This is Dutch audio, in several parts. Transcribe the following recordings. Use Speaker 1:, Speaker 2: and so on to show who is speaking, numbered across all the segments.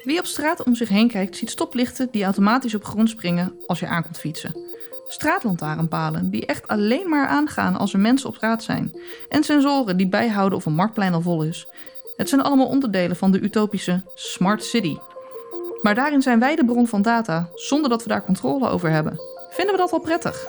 Speaker 1: Wie op straat om zich heen kijkt, ziet stoplichten die automatisch op groen springen als je aankomt fietsen. Straatlantaarnpalen die echt alleen maar aangaan als er mensen op straat zijn. En sensoren die bijhouden of een marktplein al vol is. Het zijn allemaal onderdelen van de utopische Smart City. Maar daarin zijn wij de bron van data, zonder dat we daar controle over hebben. Vinden we dat wel prettig?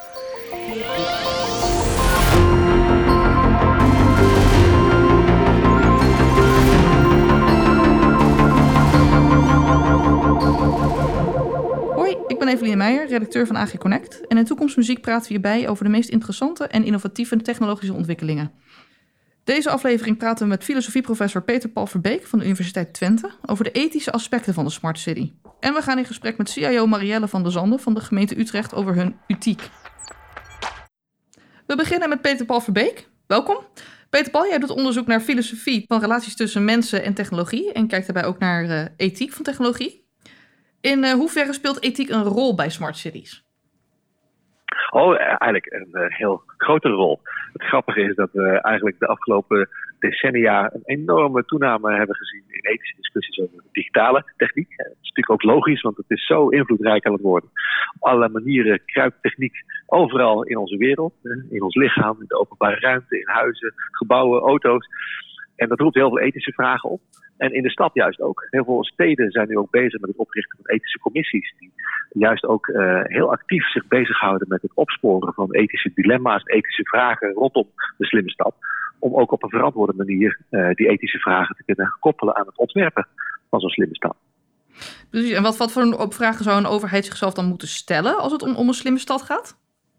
Speaker 1: Hoi, ik ben Eveline Meijer, redacteur van AG Connect. En in Toekomstmuziek praten we hierbij over de meest interessante en innovatieve technologische ontwikkelingen. Deze aflevering praten we met filosofieprofessor Peter Paul Verbeek van de Universiteit Twente over de ethische aspecten van de Smart City. En we gaan in gesprek met CIO Marielle van der Zanden van de gemeente Utrecht over hun ethiek. We beginnen met Peter Paul Verbeek. Welkom. Peter Paul, jij doet onderzoek naar filosofie van relaties tussen mensen en technologie en kijkt daarbij ook naar ethiek van technologie. In hoeverre speelt ethiek een rol bij Smart Cities?
Speaker 2: Eigenlijk een heel grote rol. Het grappige is dat we eigenlijk de afgelopen decennia een enorme toename hebben gezien in ethische discussies over digitale techniek. Dat is natuurlijk ook logisch, want het is zo invloedrijk aan het worden. Op allerlei manieren kruipt techniek overal in onze wereld. In ons lichaam, in de openbare ruimte, in huizen, gebouwen, auto's. En dat roept heel veel ethische vragen op. En in de stad juist ook. Heel veel steden zijn nu ook bezig met het oprichten van ethische commissies. Die juist ook heel actief zich bezighouden met het opsporen van ethische dilemma's, ethische vragen rondom de slimme stad. Om ook op een verantwoorde manier die ethische vragen te kunnen koppelen aan het ontwerpen van zo'n slimme stad.
Speaker 1: Precies. En wat voor vragen zou een overheid zichzelf dan moeten stellen als het om een slimme stad gaat?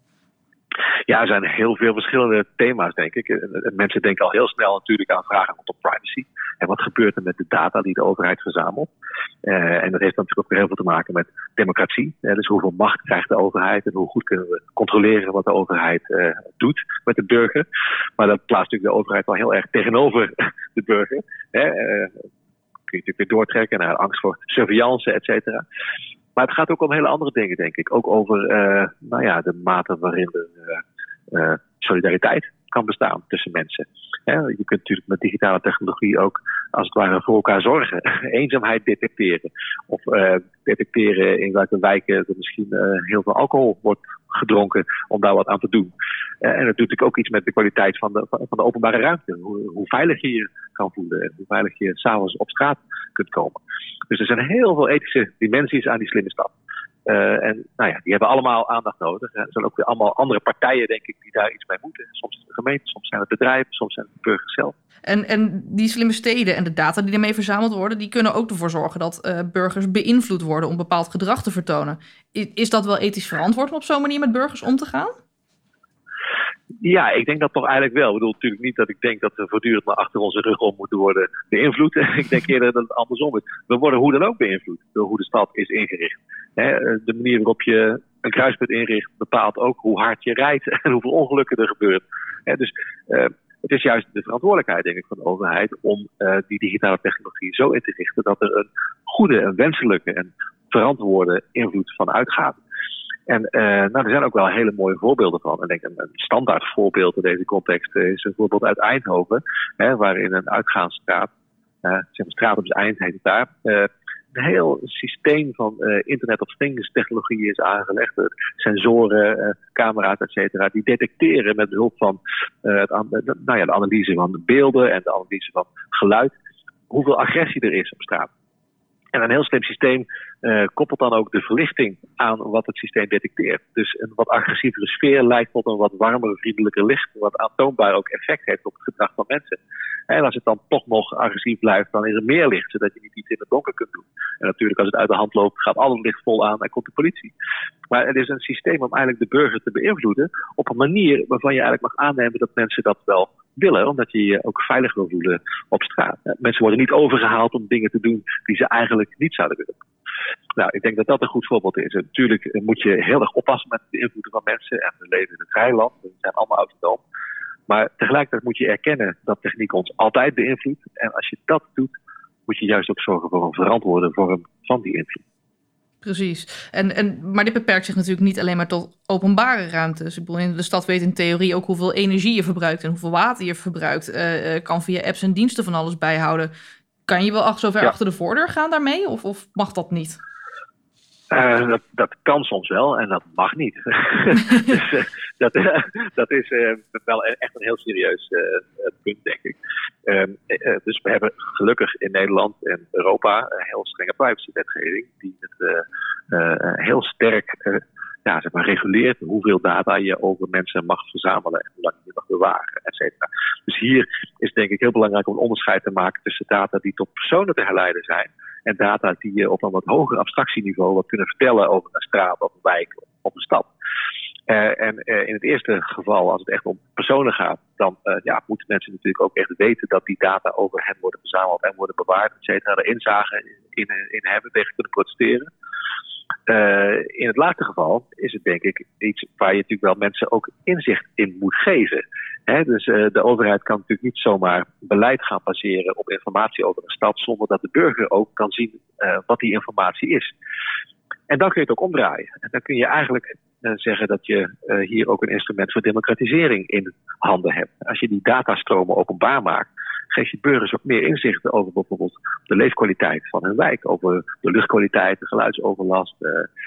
Speaker 2: Ja, er zijn heel veel verschillende thema's, denk ik. Mensen denken al heel snel natuurlijk aan vragen rondom privacy. En wat gebeurt er met de data die de overheid verzamelt? En dat heeft natuurlijk ook weer heel veel te maken met democratie. Dus hoeveel macht krijgt de overheid en hoe goed kunnen we controleren wat de overheid doet met de burger. Maar dat plaatst natuurlijk de overheid wel heel erg tegenover de burger. Kun je natuurlijk weer doortrekken naar angst voor surveillance, et cetera. Maar het gaat ook om hele andere dingen, denk ik. Ook over de mate waarin er solidariteit kan bestaan tussen mensen. Je kunt natuurlijk met digitale technologie ook als het ware voor elkaar zorgen. Eenzaamheid detecteren. Of detecteren in welke wijken er misschien heel veel alcohol wordt gedronken om daar wat aan te doen. En dat doet natuurlijk ook iets met de kwaliteit van de openbare ruimte. Hoe veilig je je kan voelen en hoe veilig je 's avonds op straat kunt komen. Dus er zijn heel veel ethische dimensies aan die slimme stad. Die hebben allemaal aandacht nodig. Er zijn ook weer allemaal andere partijen, denk ik, die daar iets mee moeten. Soms de gemeente, soms zijn het bedrijven, soms zijn het de burgers zelf.
Speaker 1: En die slimme steden en de data die ermee verzameld worden, die kunnen ook ervoor zorgen dat burgers beïnvloed worden om bepaald gedrag te vertonen. Is dat wel ethisch verantwoord om op zo'n manier met burgers om te gaan?
Speaker 2: Ja, ik denk dat toch eigenlijk wel. Ik bedoel natuurlijk niet dat ik denk dat we voortdurend maar achter onze rug om moeten worden beïnvloed. Ik denk eerder dat het andersom is. We worden hoe dan ook beïnvloed door hoe de stad is ingericht. De manier waarop je een kruispunt inricht bepaalt ook hoe hard je rijdt en hoeveel ongelukken er gebeuren. Dus het is juist de verantwoordelijkheid, denk ik, van de overheid om die digitale technologie zo in te richten dat er een goede, een wenselijke en verantwoorde invloed van uitgaat. En er zijn ook wel hele mooie voorbeelden van. En ik denk een standaard voorbeeld in deze context is een voorbeeld uit Eindhoven, waarin een uitgaansstraat, straat op het eind heet het daar, een heel systeem van Internet of Things technologie is aangelegd. Sensoren, camera's, et cetera, die detecteren met behulp van de analyse van de beelden en de analyse van geluid hoeveel agressie er is op straat. En een heel slim systeem koppelt dan ook de verlichting aan wat het systeem detecteert. Dus een wat agressievere sfeer leidt tot een wat warmer, vriendelijker licht, wat aantoonbaar ook effect heeft op het gedrag van mensen. En als het dan toch nog agressief blijft, dan is er meer licht, zodat je niet iets in het donker kunt doen. En natuurlijk, als het uit de hand loopt, gaat al het licht vol aan en komt de politie. Maar het is een systeem om eigenlijk de burger te beïnvloeden op een manier waarvan je eigenlijk mag aannemen dat mensen dat wel willen, omdat je je ook veilig wil voelen op straat. Mensen worden niet overgehaald om dingen te doen die ze eigenlijk niet zouden willen. Nou, ik denk dat dat een goed voorbeeld is. Natuurlijk moet je heel erg oppassen met het beïnvloeden van mensen. En we leven in een vrij land, we zijn allemaal autonoom. Maar tegelijkertijd moet je erkennen dat techniek ons altijd beïnvloedt. En als je dat doet, moet je juist ook zorgen voor een verantwoorde vorm van die invloed.
Speaker 1: Precies. Maar dit beperkt zich natuurlijk niet alleen maar tot openbare ruimtes. Ik bedoel, in de stad weet in theorie ook hoeveel energie je verbruikt en hoeveel water je verbruikt. Kan via apps en diensten van alles bijhouden. Kan je wel zover achter de voordeur gaan daarmee? Of mag dat niet?
Speaker 2: Dat kan soms wel en dat mag niet. Dus dat is wel echt een heel serieus punt, denk ik. Dus we hebben gelukkig in Nederland en Europa een heel strenge privacywetgeving die het heel sterk reguleert hoeveel data je over mensen mag verzamelen en hoe lang je mag bewaren, et cetera. Dus hier is denk ik heel belangrijk om een onderscheid te maken tussen data die tot personen te herleiden zijn en data die je op een wat hoger abstractieniveau wat kunnen vertellen over een straat of een wijk of een stad. In het eerste geval, als het echt om personen gaat, dan moeten mensen natuurlijk ook echt weten dat die data over hen worden verzameld en worden bewaard, et cetera. Er inzage in hebben, tegen kunnen protesteren. In het laatste geval is het denk ik iets waar je natuurlijk wel mensen ook inzicht in moet geven. Dus de overheid kan natuurlijk niet zomaar beleid gaan baseren op informatie over een stad zonder dat de burger ook kan zien wat die informatie is. En dan kun je het ook omdraaien. En dan kun je eigenlijk zeggen dat je hier ook een instrument voor democratisering in handen hebt. Als je die datastromen openbaar maakt, geef je burgers ook meer inzichten over bijvoorbeeld de leefkwaliteit van hun wijk, over de luchtkwaliteit, de geluidsoverlast,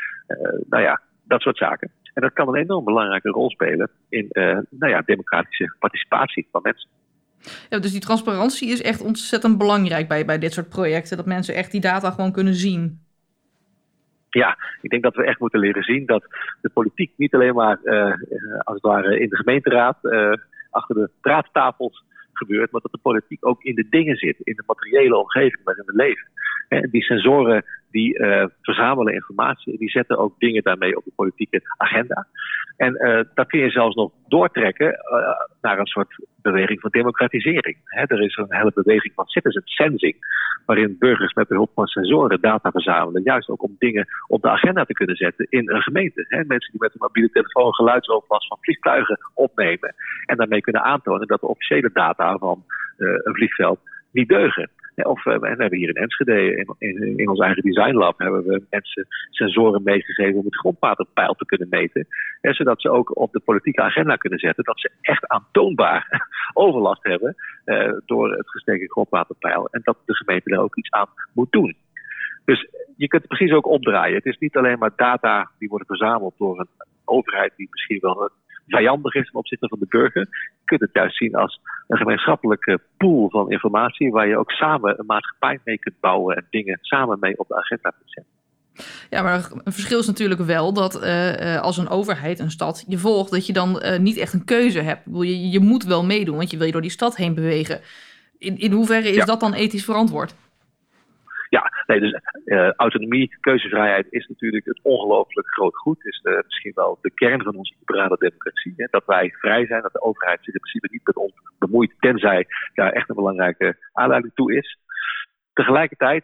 Speaker 2: dat soort zaken. En dat kan een enorm belangrijke rol spelen in democratische participatie van mensen.
Speaker 1: Ja, dus die transparantie is echt ontzettend belangrijk bij dit soort projecten, dat mensen echt die data gewoon kunnen zien.
Speaker 2: Ja, ik denk dat we echt moeten leren zien dat de politiek niet alleen maar als het ware in de gemeenteraad achter de praаттafels gebeurt, maar dat de politiek ook in de dingen zit, in de materiële omgeving waarin we leven. En die sensoren die verzamelen informatie, die zetten ook dingen daarmee op de politieke agenda. En dat kun je zelfs nog doortrekken naar een soort beweging van democratisering. Er is een hele beweging van citizen sensing, waarin burgers met behulp van sensoren data verzamelen, juist ook om dingen op de agenda te kunnen zetten in een gemeente. Mensen die met een mobiele telefoon geluidsoverlast van vliegtuigen opnemen en daarmee kunnen aantonen dat de officiële data van een vliegveld niet deugen. Of we hebben hier in Enschede, in ons eigen design lab, hebben we mensen sensoren meegegeven om het grondwaterpeil te kunnen meten. Zodat ze ook op de politieke agenda kunnen zetten dat ze echt aantoonbaar overlast hebben door het gestegen grondwaterpeil. En dat de gemeente daar ook iets aan moet doen. Dus je kunt het precies ook opdraaien. Het is niet alleen maar data die worden verzameld door een overheid die misschien wel vijandig is ten opzichte van de burger. Je kunt het juist zien als een gemeenschappelijke pool van informatie waar je ook samen een maatschappij mee kunt bouwen en dingen samen mee op de agenda kunt zetten.
Speaker 1: Ja, maar een verschil is natuurlijk wel dat als een overheid, een stad, je volgt, dat je dan niet echt een keuze hebt. Ik bedoel, je moet wel meedoen, want je wil je door die stad heen bewegen. In hoeverre is dat dan ethisch verantwoord?
Speaker 2: Ja, nee, dus autonomie, keuzevrijheid is natuurlijk een ongelooflijk groot goed. Is misschien wel de kern van onze liberale democratie. Hè? Dat wij vrij zijn, dat de overheid zich in principe niet met ons bemoeit, tenzij daar echt een belangrijke aanleiding toe is. Tegelijkertijd,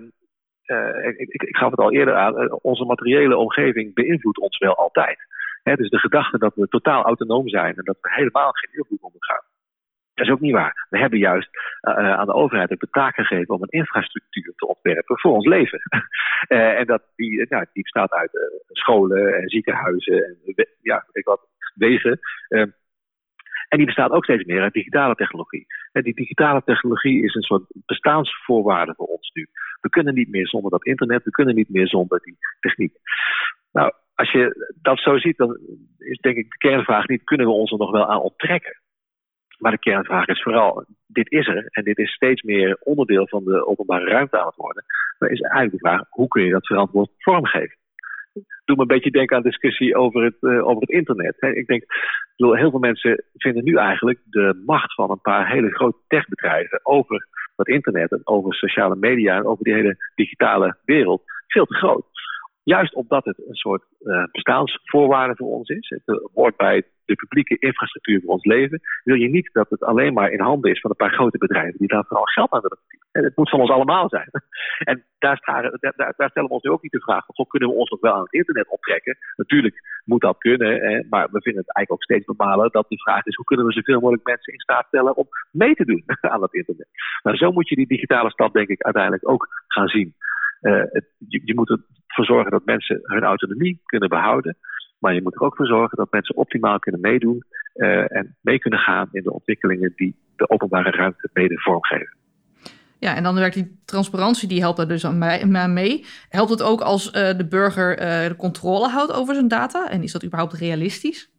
Speaker 2: ik gaf het al eerder aan, onze materiële omgeving beïnvloedt ons wel altijd. Dus de gedachte dat we totaal autonoom zijn en dat we helemaal geen invloed ondergaan. Dat is ook niet waar. We hebben juist aan de overheid ook de taak gegeven om een infrastructuur te ontwerpen voor ons leven. En die bestaat uit scholen en ziekenhuizen en wegen. En die bestaat ook steeds meer uit digitale technologie. Die digitale technologie is een soort bestaansvoorwaarde voor ons nu. We kunnen niet meer zonder dat internet, we kunnen niet meer zonder die techniek. Nou, als je dat zo ziet, dan is denk ik de kernvraag niet, kunnen we ons er nog wel aan onttrekken? Maar de kernvraag is vooral, dit is er en dit is steeds meer onderdeel van de openbare ruimte aan het worden. Maar is eigenlijk de vraag, hoe kun je dat verantwoord vormgeven? Doe me een beetje denken aan de discussie over het internet. Ik denk, heel veel mensen vinden nu eigenlijk de macht van een paar hele grote techbedrijven over het internet en over sociale media en over die hele digitale wereld veel te groot. Juist omdat het een soort bestaansvoorwaarde voor ons is. Het hoort bij de publieke infrastructuur voor ons leven. Wil je niet dat het alleen maar in handen is van een paar grote bedrijven die daar vooral geld aan willen verdienen. Het moet van ons allemaal zijn. En daar stellen we ons nu ook niet de vraag van, kunnen we ons nog wel aan het internet optrekken? Natuurlijk moet dat kunnen, maar we vinden het eigenlijk ook steeds normaler dat de vraag is, hoe kunnen we zoveel mogelijk mensen in staat stellen om mee te doen aan dat internet? Nou, zo moet je die digitale stad denk ik uiteindelijk ook gaan zien. Je moet ervoor zorgen dat mensen hun autonomie kunnen behouden. Maar je moet er ook voor zorgen dat mensen optimaal kunnen meedoen en mee kunnen gaan in de ontwikkelingen die de openbare ruimte mede vormgeven.
Speaker 1: Ja, en dan werkt die transparantie, die helpt daar dus aan mee. Helpt het ook als de burger de controle houdt over zijn data? En is dat überhaupt realistisch?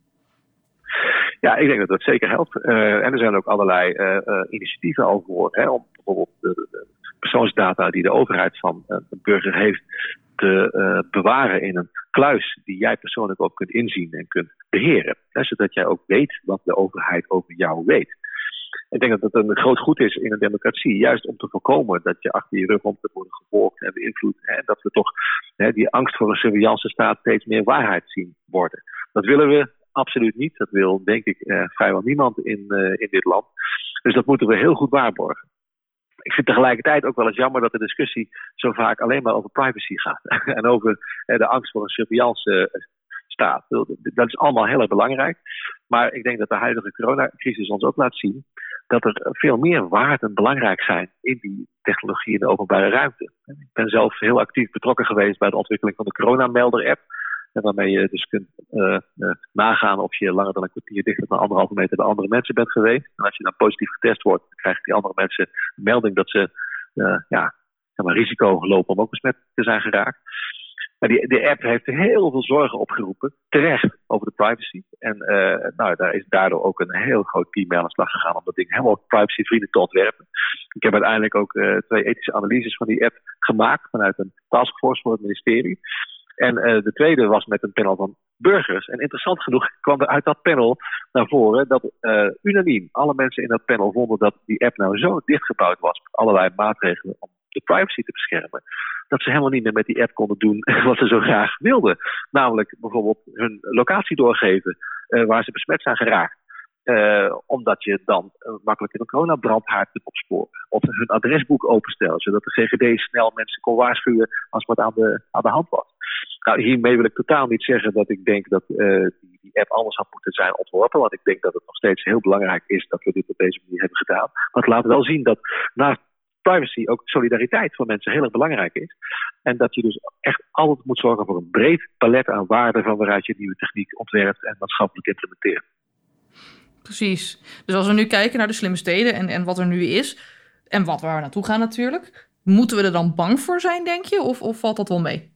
Speaker 2: Ja, ik denk dat dat zeker helpt. En er zijn ook allerlei initiatieven al voor. Om bijvoorbeeld de persoonsdata die de overheid van de burger heeft te bewaren in een kluis die jij persoonlijk ook kunt inzien en kunt beheren. Zodat jij ook weet wat de overheid over jou weet. Ik denk dat het een groot goed is in een democratie, juist om te voorkomen dat je achter je rug om te worden gevolgd en beïnvloed. En dat we toch die angst voor een surveillance staat steeds meer waarheid zien worden. Dat willen we absoluut niet. Dat wil, denk ik, vrijwel niemand in dit land. Dus dat moeten we heel goed waarborgen. Ik vind tegelijkertijd ook wel eens jammer dat de discussie zo vaak alleen maar over privacy gaat. En over de angst voor een surveillance staat. Dat is allemaal heel erg belangrijk. Maar ik denk dat de huidige coronacrisis ons ook laat zien dat er veel meer waarden belangrijk zijn in die technologie in de openbare ruimte. Ik ben zelf heel actief betrokken geweest bij de ontwikkeling van de coronamelder-app. Waarmee je dus kunt nagaan of je langer dan een kwartier dichter dan 1,5 meter bij andere mensen bent geweest. En als je dan positief getest wordt, dan krijgen die andere mensen een melding dat ze risico lopen om ook besmet te zijn geraakt. Maar die app heeft heel veel zorgen opgeroepen, terecht, over de privacy. En daar is daardoor ook een heel groot team mee aan de slag gegaan om dat ding helemaal privacyvriendelijk te ontwerpen. Ik heb uiteindelijk ook 2 ethische analyses van die app gemaakt vanuit een taskforce voor het ministerie. En de tweede was met een panel van burgers. En interessant genoeg kwam er uit dat panel naar voren dat unaniem alle mensen in dat panel vonden dat die app nou zo dichtgebouwd was met allerlei maatregelen om de privacy te beschermen, dat ze helemaal niet meer met die app konden doen wat ze zo graag wilden. Namelijk bijvoorbeeld hun locatie doorgeven waar ze besmet zijn geraakt. Omdat je dan makkelijker een coronabrandhaard kunt opsporen. Of hun adresboek openstellen, zodat de GGD snel mensen kon waarschuwen als wat aan de hand was. Nou, hiermee wil ik totaal niet zeggen dat ik denk dat die app anders had moeten zijn ontworpen. Want ik denk dat het nog steeds heel belangrijk is dat we dit op deze manier hebben gedaan. Maar het laat wel zien dat naast privacy ook solidariteit voor mensen heel erg belangrijk is. En dat je dus echt altijd moet zorgen voor een breed palet aan waarden van waaruit je nieuwe techniek ontwerpt en maatschappelijk implementeert.
Speaker 1: Precies. Dus als we nu kijken naar de slimme steden en wat er nu is, en waar we naartoe gaan natuurlijk, moeten we er dan bang voor zijn, denk je? Of valt dat wel mee?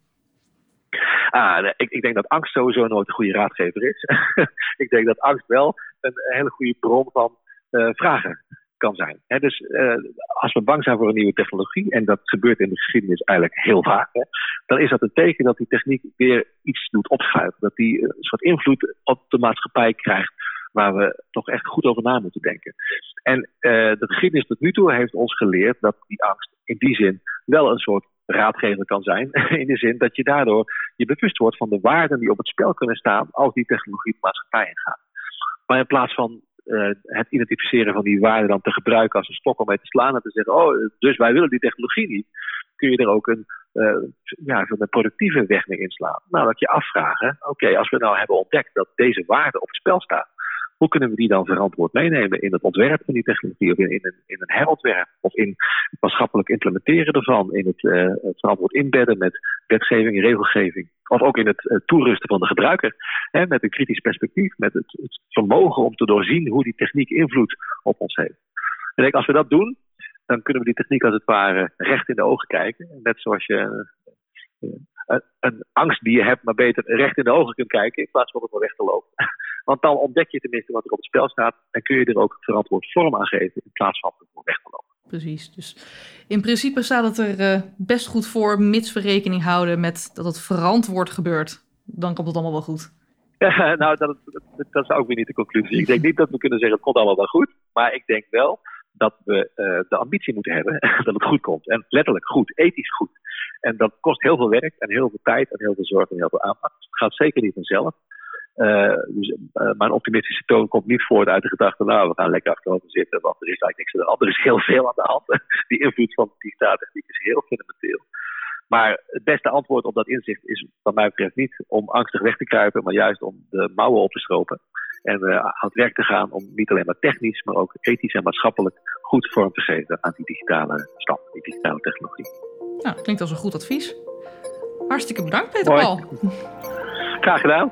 Speaker 2: Ik denk dat angst sowieso nooit een goede raadgever is. Ik denk dat angst wel een hele goede bron van vragen kan zijn. Dus als we bang zijn voor een nieuwe technologie, en dat gebeurt in de geschiedenis eigenlijk heel vaak, dan is dat een teken dat die techniek weer iets doet opschuiven. Dat die een soort invloed op de maatschappij krijgt waar we toch echt goed over na moeten denken. En de geschiedenis tot nu toe heeft ons geleerd dat die angst in die zin wel een soort raadgever kan zijn. In de zin dat je daardoor je bewust wordt van de waarden die op het spel kunnen staan als die technologie de maatschappij ingaat. Maar in plaats van het identificeren van die waarden dan te gebruiken als een stok om mee te slaan en te zeggen, dus wij willen die technologie niet, kun je er ook een productieve weg mee inslaan. Nou, dat je afvragen, als we nou hebben ontdekt dat deze waarde op het spel staat, hoe kunnen we die dan verantwoord meenemen in het ontwerp van die technologie, of in een herontwerp, of in het maatschappelijk implementeren ervan, in het verantwoord inbedden met wetgeving en regelgeving, of ook in het toerusten van de gebruiker, met een kritisch perspectief, met het vermogen om te doorzien hoe die techniek invloed op ons heeft. Ik denk, als we dat doen, dan kunnen we die techniek als het ware recht in de ogen kijken. Net zoals je een angst die je hebt, maar beter recht in de ogen kunt kijken in plaats van er weg te lopen. Want dan ontdek je tenminste wat er op het spel staat en kun je er ook verantwoord vorm aan geven in plaats van er weg te lopen.
Speaker 1: Precies. Dus in principe staat het er best goed voor, mits we rekening houden met dat het verantwoord gebeurt. Dan komt het allemaal wel goed.
Speaker 2: Ja, nou, dat is ook weer niet de conclusie. Ik denk niet dat we kunnen zeggen het komt allemaal wel goed. Maar ik denk wel dat we de ambitie moeten hebben dat het goed komt. En letterlijk goed, ethisch goed. En dat kost heel veel werk en heel veel tijd en heel veel zorg en heel veel aandacht. Het gaat zeker niet vanzelf. Mijn optimistische toon komt niet voort uit de gedachte, we gaan lekker achterover zitten, want er is eigenlijk niks aan de hand. Er is heel veel aan de hand. Die invloed van digitale techniek is heel fundamenteel. Maar het beste antwoord op dat inzicht is wat mij betreft niet om angstig weg te kruipen, maar juist om de mouwen op te stropen. En aan het werk te gaan om niet alleen maar technisch, maar ook ethisch en maatschappelijk goed vorm te geven aan die digitale stap, die digitale technologie.
Speaker 1: Nou, klinkt als een goed advies. Hartstikke bedankt, Peter Paul.
Speaker 2: Graag gedaan.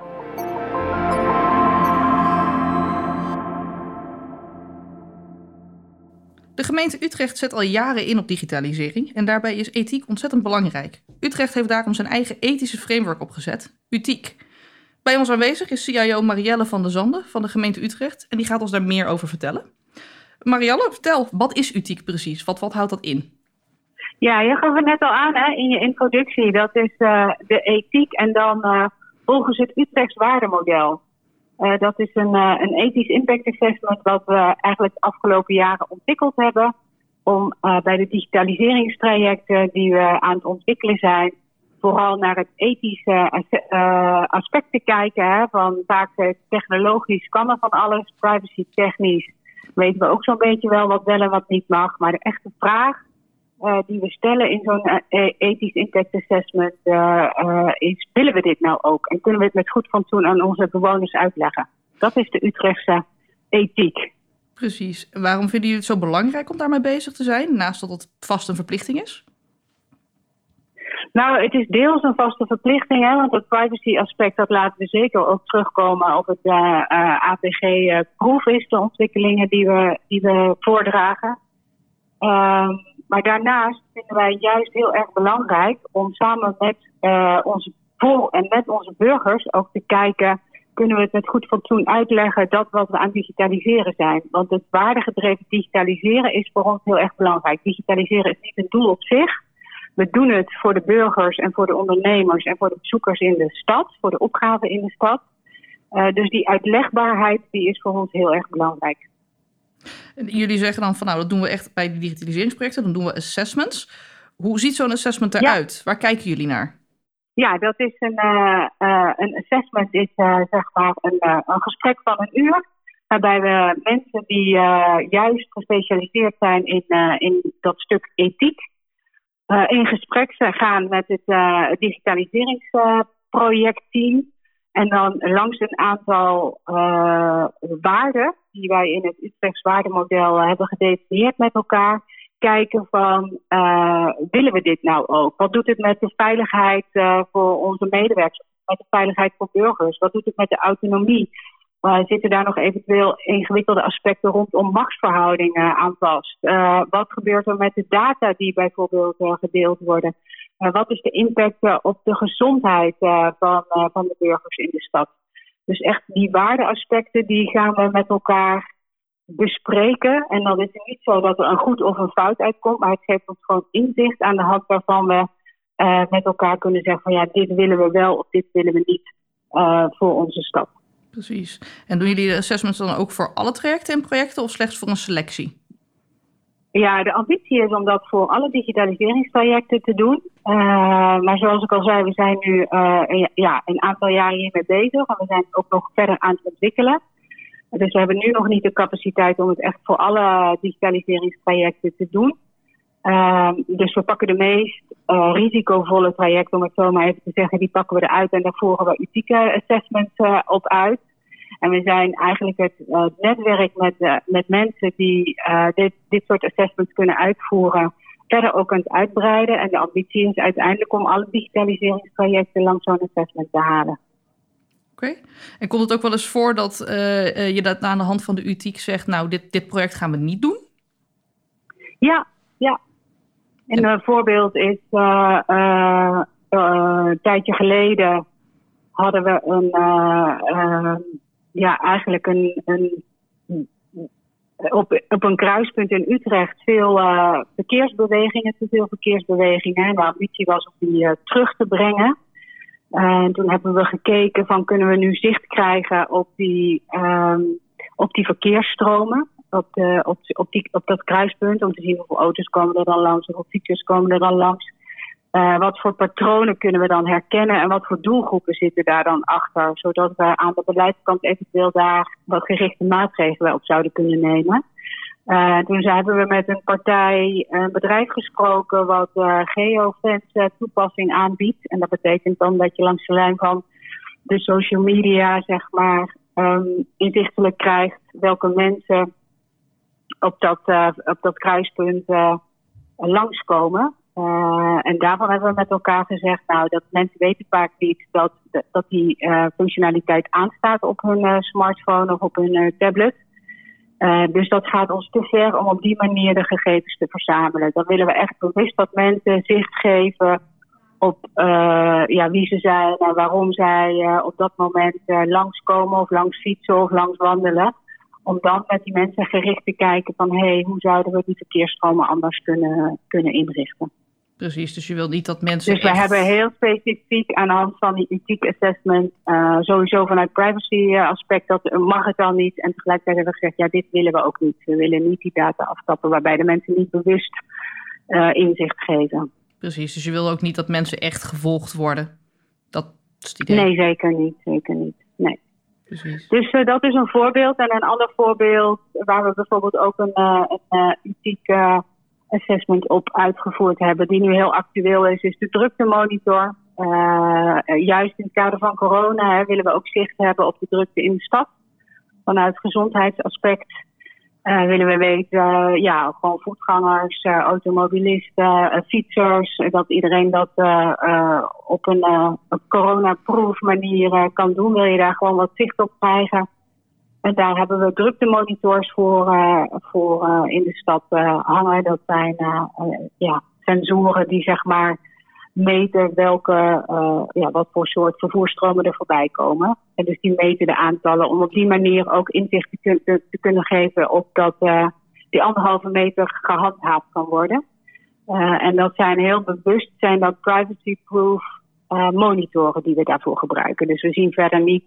Speaker 1: De gemeente Utrecht zet al jaren in op digitalisering en daarbij is ethiek ontzettend belangrijk. Utrecht heeft daarom zijn eigen ethische framework opgezet, Uthiek. Bij ons aanwezig is CIO Marielle van der Zanden van de gemeente Utrecht en die gaat ons daar meer over vertellen. Marielle, vertel, wat is Uthiek precies? Wat houdt dat in?
Speaker 3: Ja, je gaf het net al aan hè, in je introductie. Dat is de ethiek en dan volgens het Utrechts waardemodel. Dat is een ethisch impact assessment wat we eigenlijk de afgelopen jaren ontwikkeld hebben. Om bij de digitaliseringstrajecten die we aan het ontwikkelen zijn, vooral naar het ethische aspect te kijken. Hè, van vaak technologisch kan er van alles, privacy technisch weten we ook zo'n beetje wel wat wel en wat niet mag. Maar de echte vraag die we stellen in zo'n ethisch impact assessment is, willen we dit nou ook? En kunnen we het met goed fatsoen aan onze bewoners uitleggen? Dat is de Utrechtse ethiek.
Speaker 1: Precies. En waarom vinden jullie het zo belangrijk om daarmee bezig te zijn, naast dat het vast een verplichting is?
Speaker 3: Nou, het is deels een vaste verplichting, hè, want het privacy aspect dat laten we zeker ook terugkomen op het APG-proef is, de ontwikkelingen die we voordragen. Maar daarnaast vinden wij juist heel erg belangrijk om samen met onze burgers ook te kijken, kunnen we het met goed fatsoen uitleggen dat wat we aan het digitaliseren zijn. Want het waardegedreven digitaliseren is voor ons heel erg belangrijk. Digitaliseren is niet een doel op zich. We doen het voor de burgers en voor de ondernemers en voor de bezoekers in de stad, voor de opgaven in de stad. Dus die uitlegbaarheid die is voor ons heel erg belangrijk.
Speaker 1: En jullie zeggen dan van dat doen we echt bij de digitaliseringsprojecten, dan doen we assessments. Hoe ziet zo'n assessment eruit? Ja. Waar kijken jullie naar?
Speaker 3: Ja, dat is een assessment is zeg maar een gesprek van een uur. Waarbij we mensen die juist gespecialiseerd zijn in dat stuk ethiek in gesprek gaan met het digitaliseringsprojectteam. En dan langs een aantal waarden die wij in het Utrechts waardemodel hebben gedefinieerd met elkaar, kijken van, willen we dit nou ook? Wat doet het met de veiligheid voor onze medewerkers? Met de veiligheid voor burgers? Wat doet het met de autonomie? Zitten daar nog eventueel ingewikkelde aspecten rondom machtsverhoudingen aan vast? Wat gebeurt er met de data die bijvoorbeeld gedeeld worden? Wat is de impact op de gezondheid van de burgers in de stad? Dus echt die waardeaspecten die gaan we met elkaar bespreken. En dan is het niet zo dat er een goed of een fout uitkomt, maar het geeft ons gewoon inzicht aan de hand waarvan we met elkaar kunnen zeggen van ja, dit willen we wel of dit willen we niet voor onze stad.
Speaker 1: Precies. En doen jullie de assessments dan ook voor alle trajecten en projecten of slechts voor een selectie?
Speaker 3: Ja, de ambitie is om dat voor alle digitaliseringstrajecten te doen. Maar zoals ik al zei, we zijn nu een aantal jaren hiermee bezig. En we zijn ook nog verder aan het ontwikkelen. Dus we hebben nu nog niet de capaciteit om het echt voor alle digitaliseringstrajecten te doen. Dus we pakken de meest risicovolle trajecten, om het zo maar even te zeggen, die pakken we eruit en daar voeren we ethieke assessments op uit. En we zijn eigenlijk het netwerk met mensen die dit soort assessments kunnen uitvoeren, verder ook aan het uitbreiden. En de ambitie is uiteindelijk om alle digitaliseringstrajecten langs zo'n assessment te halen.
Speaker 1: Oké. En komt het ook wel eens voor dat je dat aan de hand van de Uthiek zegt, nou, dit project gaan we niet doen? Ja.
Speaker 3: En een voorbeeld is, een tijdje geleden hadden we op een kruispunt in Utrecht veel verkeersbewegingen, te veel verkeersbewegingen. En de ambitie was om die terug te brengen. En toen hebben we gekeken van, kunnen we nu zicht krijgen op die verkeersstromen, op dat kruispunt, om te zien hoeveel auto's komen er dan langs, hoeveel fietsers komen er dan langs. Wat voor patronen kunnen we dan herkennen en wat voor doelgroepen zitten daar dan achter, zodat we aan de beleidskant eventueel daar wat gerichte maatregelen op zouden kunnen nemen. Toen hebben we met een bedrijf gesproken wat geofence toepassing aanbiedt. En dat betekent dan dat je langs de lijn van de social media, zeg maar, inzichtelijk krijgt welke mensen op dat kruispunt langskomen. En daarvan hebben we met elkaar gezegd, nou, dat mensen weten vaak niet dat die functionaliteit aanstaat op hun smartphone of op hun tablet. Dus dat gaat ons te ver om op die manier de gegevens te verzamelen. Dan willen we echt bewust dat mensen zicht geven op wie ze zijn en waarom zij op dat moment langskomen of langs fietsen of langs wandelen. Om dan met die mensen gericht te kijken van hoe zouden we die verkeersstromen anders kunnen inrichten.
Speaker 1: Precies, dus je wilt niet dat mensen
Speaker 3: Dus we hebben heel specifiek aan de hand van die ethiek assessment, sowieso vanuit privacy aspect, dat mag het dan niet. En tegelijkertijd hebben we gezegd, dit willen we ook niet. We willen niet die data aftappen waarbij de mensen niet bewust inzicht geven.
Speaker 1: Precies, dus je wil ook niet dat mensen echt gevolgd worden. Dat is het idee.
Speaker 3: Nee, zeker niet. Nee.
Speaker 1: Precies.
Speaker 3: Dus dat is een voorbeeld. En een ander voorbeeld waar we bijvoorbeeld ook een ethiek assessment op uitgevoerd hebben, die nu heel actueel is de druktemonitor. Juist in het kader van corona willen we ook zicht hebben op de drukte in de stad. Vanuit gezondheidsaspect willen we weten, gewoon voetgangers, automobilisten, fietsers, dat iedereen dat op een corona-proof manier kan doen. Wil je daar gewoon wat zicht op krijgen? En daar hebben we druktemonitors voor in de stad hangen. Dat zijn sensoren die zeg maar meten wat voor soort vervoersstromen er voorbij komen. En dus die meten de aantallen om op die manier ook inzicht te kunnen geven op dat die 1,5 meter gehandhaafd kan worden. En dat zijn heel bewust privacy-proof monitoren die we daarvoor gebruiken. Dus we zien verder niet,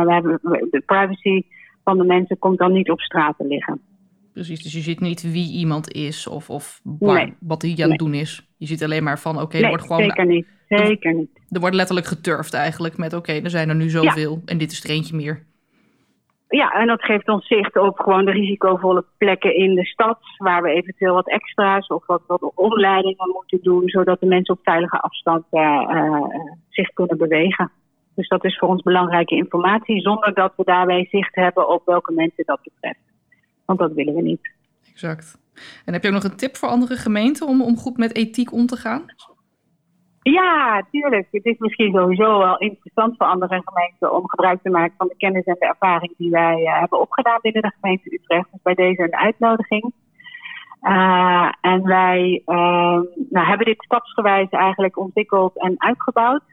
Speaker 3: de privacy van de mensen komt dan niet op straat te liggen.
Speaker 1: Precies, dus je ziet niet wie iemand is of wat hij aan het doen is. Je ziet alleen maar van, er wordt gewoon...
Speaker 3: Zeker niet.
Speaker 1: Er wordt letterlijk geturfd eigenlijk met, er zijn er nu zoveel en dit is er eentje meer.
Speaker 3: Ja, en dat geeft ons zicht op gewoon de risicovolle plekken in de stad, waar we eventueel wat extra's of wat omleidingen moeten doen, zodat de mensen op veilige afstand zich kunnen bewegen. Dus dat is voor ons belangrijke informatie, zonder dat we daarbij zicht hebben op welke mensen dat betreft. Want dat willen we niet.
Speaker 1: Exact. En heb je ook nog een tip voor andere gemeenten om goed met ethiek om te gaan?
Speaker 3: Ja, tuurlijk. Het is misschien sowieso wel interessant voor andere gemeenten om gebruik te maken van de kennis en de ervaring die wij hebben opgedaan binnen de gemeente Utrecht. Dus bij deze een uitnodiging. En wij hebben dit stapsgewijs eigenlijk ontwikkeld en uitgebouwd.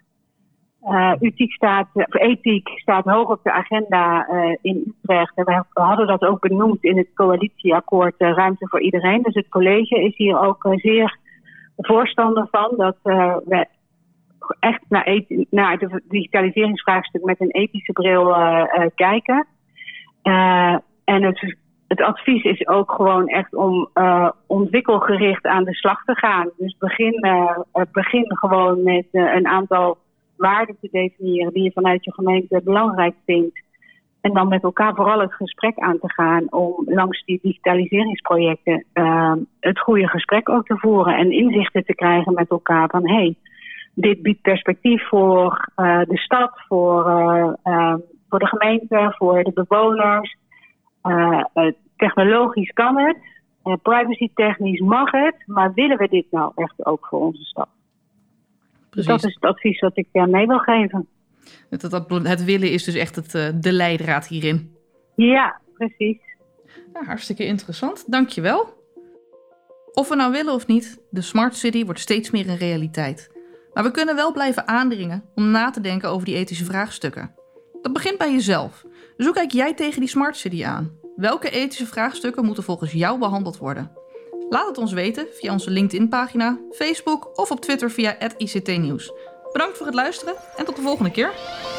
Speaker 3: Ethiek staat hoog op de agenda in Utrecht. En we hadden dat ook benoemd in het coalitieakkoord Ruimte voor Iedereen. Dus het college is hier ook zeer voorstander van dat we echt naar de digitaliseringsvraagstuk met een ethische bril kijken. En het advies is ook gewoon echt om ontwikkelgericht aan de slag te gaan. Dus begin gewoon met een aantal waarden te definiëren die je vanuit je gemeente belangrijk vindt. En dan met elkaar vooral het gesprek aan te gaan om langs die digitaliseringsprojecten het goede gesprek ook te voeren en inzichten te krijgen met elkaar van dit biedt perspectief voor de stad, voor de gemeente, voor de bewoners. Technologisch kan het, privacy-technisch mag het, maar willen we dit nou echt ook voor onze stad? Dus dat is het advies dat ik mee wil geven.
Speaker 1: Het willen is dus echt de leidraad hierin.
Speaker 3: Ja, precies.
Speaker 1: Ja, hartstikke interessant. Dank je wel. Of we nou willen of niet, de Smart City wordt steeds meer een realiteit. Maar we kunnen wel blijven aandringen om na te denken over die ethische vraagstukken. Dat begint bij jezelf. Dus hoe kijk jij tegen die Smart City aan? Welke ethische vraagstukken moeten volgens jou behandeld worden? Laat het ons weten via onze LinkedIn-pagina, Facebook of op Twitter via @ICT Nieuws. Bedankt voor het luisteren en tot de volgende keer.